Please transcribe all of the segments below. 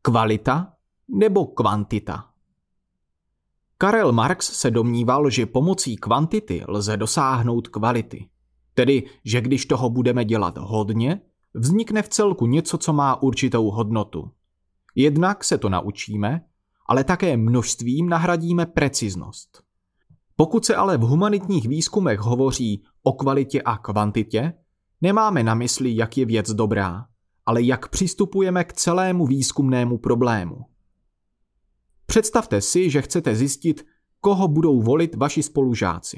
Kvalita nebo kvantita? Karel Marx se domníval, že pomocí kvantity lze dosáhnout kvality. Tedy, že když toho budeme dělat hodně, vznikne v celku něco, co má určitou hodnotu. Jednak se to naučíme, ale také množstvím nahradíme preciznost. Pokud se ale v humanitních výzkumech hovoří o kvalitě a kvantitě, nemáme na mysli, jak je věc dobrá, ale jak přistupujeme k celému výzkumnému problému. Představte si, že chcete zjistit, koho budou volit vaši spolužáci.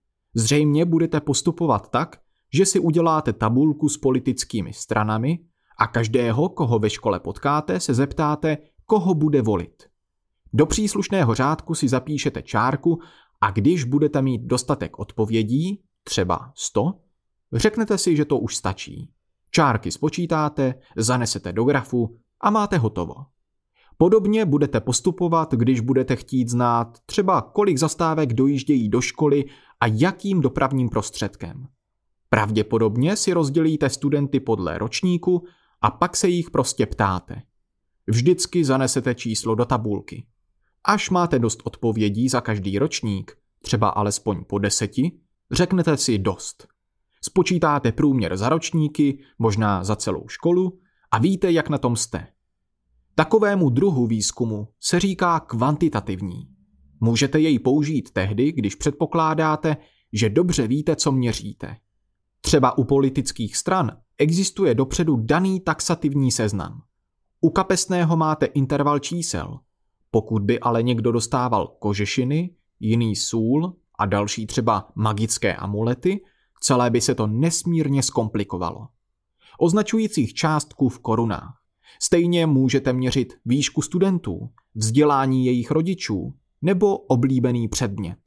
Zřejmě budete postupovat tak, že si uděláte tabulku s politickými stranami a každého, koho ve škole potkáte, se zeptáte, koho bude volit. Do příslušného řádku si zapíšete čárku a když budete mít dostatek odpovědí, třeba 100, řeknete si, že to už stačí. Čárky spočítáte, zanesete do grafu a máte hotovo. Podobně budete postupovat, když budete chtít znát třeba kolik zastávek dojíždějí do školy a jakým dopravním prostředkem. Pravděpodobně si rozdělíte studenty podle ročníku a pak se jich prostě ptáte. Vždycky zanesete číslo do tabulky. Až máte dost odpovědí za každý ročník, třeba alespoň po 10, řeknete si dost. Spočítáte průměr za ročníky, možná za celou školu a víte, jak na tom jste. Takovému druhu výzkumu se říká kvantitativní. Můžete jej použít tehdy, když předpokládáte, že dobře víte, co měříte. Třeba u politických stran existuje dopředu daný taxativní seznam. U kapesného máte interval čísel. Pokud by ale někdo dostával kožešiny, jiný sůl a další třeba magické amulety, celé by se to nesmírně zkomplikovalo. Označujících částku v korunách. Stejně můžete měřit výšku studentů, vzdělání jejich rodičů nebo oblíbený předmět.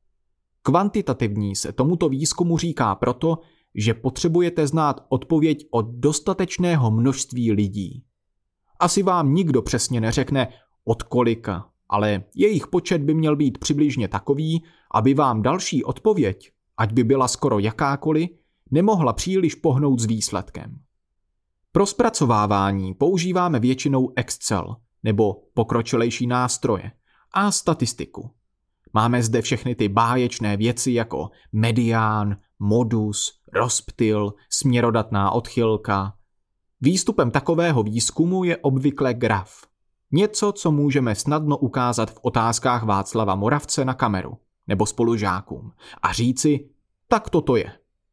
Kvantitativní se tomuto výzkumu říká proto, že potřebujete znát odpověď od dostatečného množství lidí. Asi vám nikdo přesně neřekne od kolika, ale jejich počet by měl být přibližně takový, aby vám další odpověď, ať by byla skoro jakákoliv, nemohla příliš pohnout s výsledkem. Pro zpracovávání používáme většinou Excel nebo pokročilejší nástroje a statistiku. Máme zde všechny ty báječné věci jako medián, modus, rozptyl, směrodatná odchylka. Výstupem takového výzkumu je obvykle graf. Něco, co můžeme snadno ukázat v otázkách Václava Moravce na kameru nebo spolužákům a říci, tak toto je.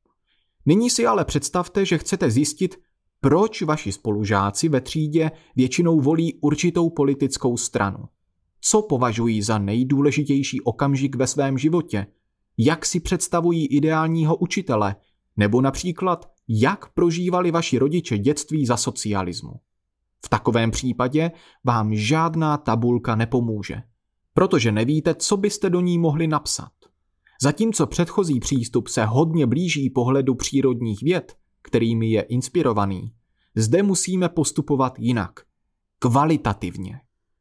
Nyní si ale představte, že chcete zjistit, proč vaši spolužáci ve třídě většinou volí určitou politickou stranu. Co považují za nejdůležitější okamžik ve svém životě? Jak si představují ideálního učitele? Nebo například, jak prožívali vaši rodiče dětství za socialismu? V takovém případě vám žádná tabulka nepomůže, protože nevíte, co byste do ní mohli napsat. Zatímco předchozí přístup se hodně blíží pohledu přírodních věd, kterými je inspirovaný, zde musíme postupovat jinak. Kvalitativně.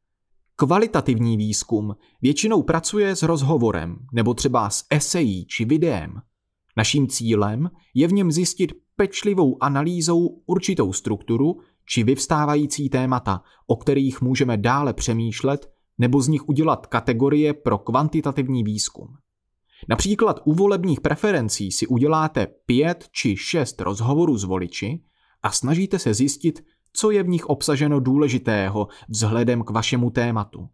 Kvalitativní výzkum většinou pracuje s rozhovorem nebo třeba s esejí či videem. Naším cílem je v něm zjistit pečlivou analýzou určitou strukturu či vyvstávající témata, o kterých můžeme dále přemýšlet nebo z nich udělat kategorie pro kvantitativní výzkum. Například u volebních preferencí si uděláte 5 či 6 rozhovorů s voliči a snažíte se zjistit, co je v nich obsaženo důležitého vzhledem k vašemu tématu.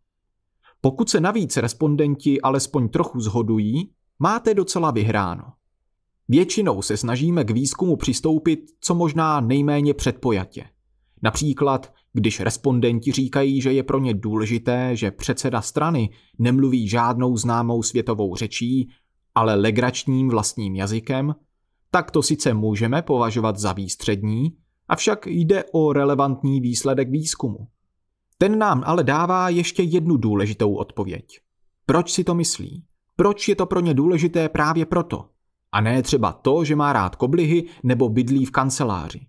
Pokud se navíc respondenti alespoň trochu shodují, máte docela vyhráno. Většinou se snažíme k výzkumu přistoupit co možná nejméně předpojatě. Například, když respondenti říkají, že je pro ně důležité, že předseda strany nemluví žádnou známou světovou řečí, ale legračním vlastním jazykem, tak to sice můžeme považovat za výstřední, avšak jde o relevantní výsledek výzkumu. Ten nám ale dává ještě jednu důležitou odpověď. Proč si to myslí? Proč je to pro ně důležité právě proto? A ne třeba to, že má rád koblihy nebo bydlí v kanceláři.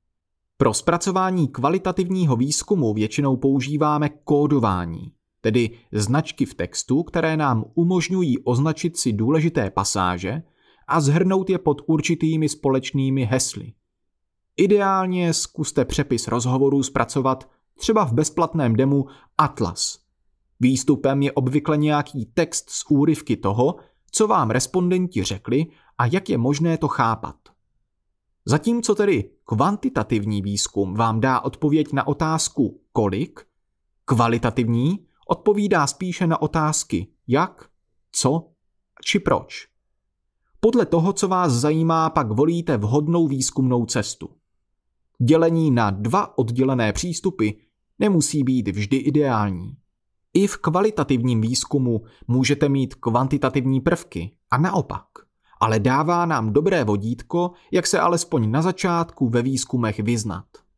Pro zpracování kvalitativního výzkumu většinou používáme kódování, tedy značky v textu, které nám umožňují označit si důležité pasáže a shrnout je pod určitými společnými hesly. Ideálně zkuste přepis rozhovorů zpracovat třeba v bezplatném demu Atlas. Výstupem je obvykle nějaký text z úryvky toho, co vám respondenti řekli a jak je možné to chápat. Zatímco tedy kvantitativní výzkum vám dá odpověď na otázku kolik, kvalitativní odpovídá spíše na otázky jak, co či proč. Podle toho, co vás zajímá, pak volíte vhodnou výzkumnou cestu. Dělení na 2 oddělené přístupy nemusí být vždy ideální. I v kvalitativním výzkumu můžete mít kvantitativní prvky a naopak, ale dává nám dobré vodítko, jak se alespoň na začátku ve výzkumech vyznat.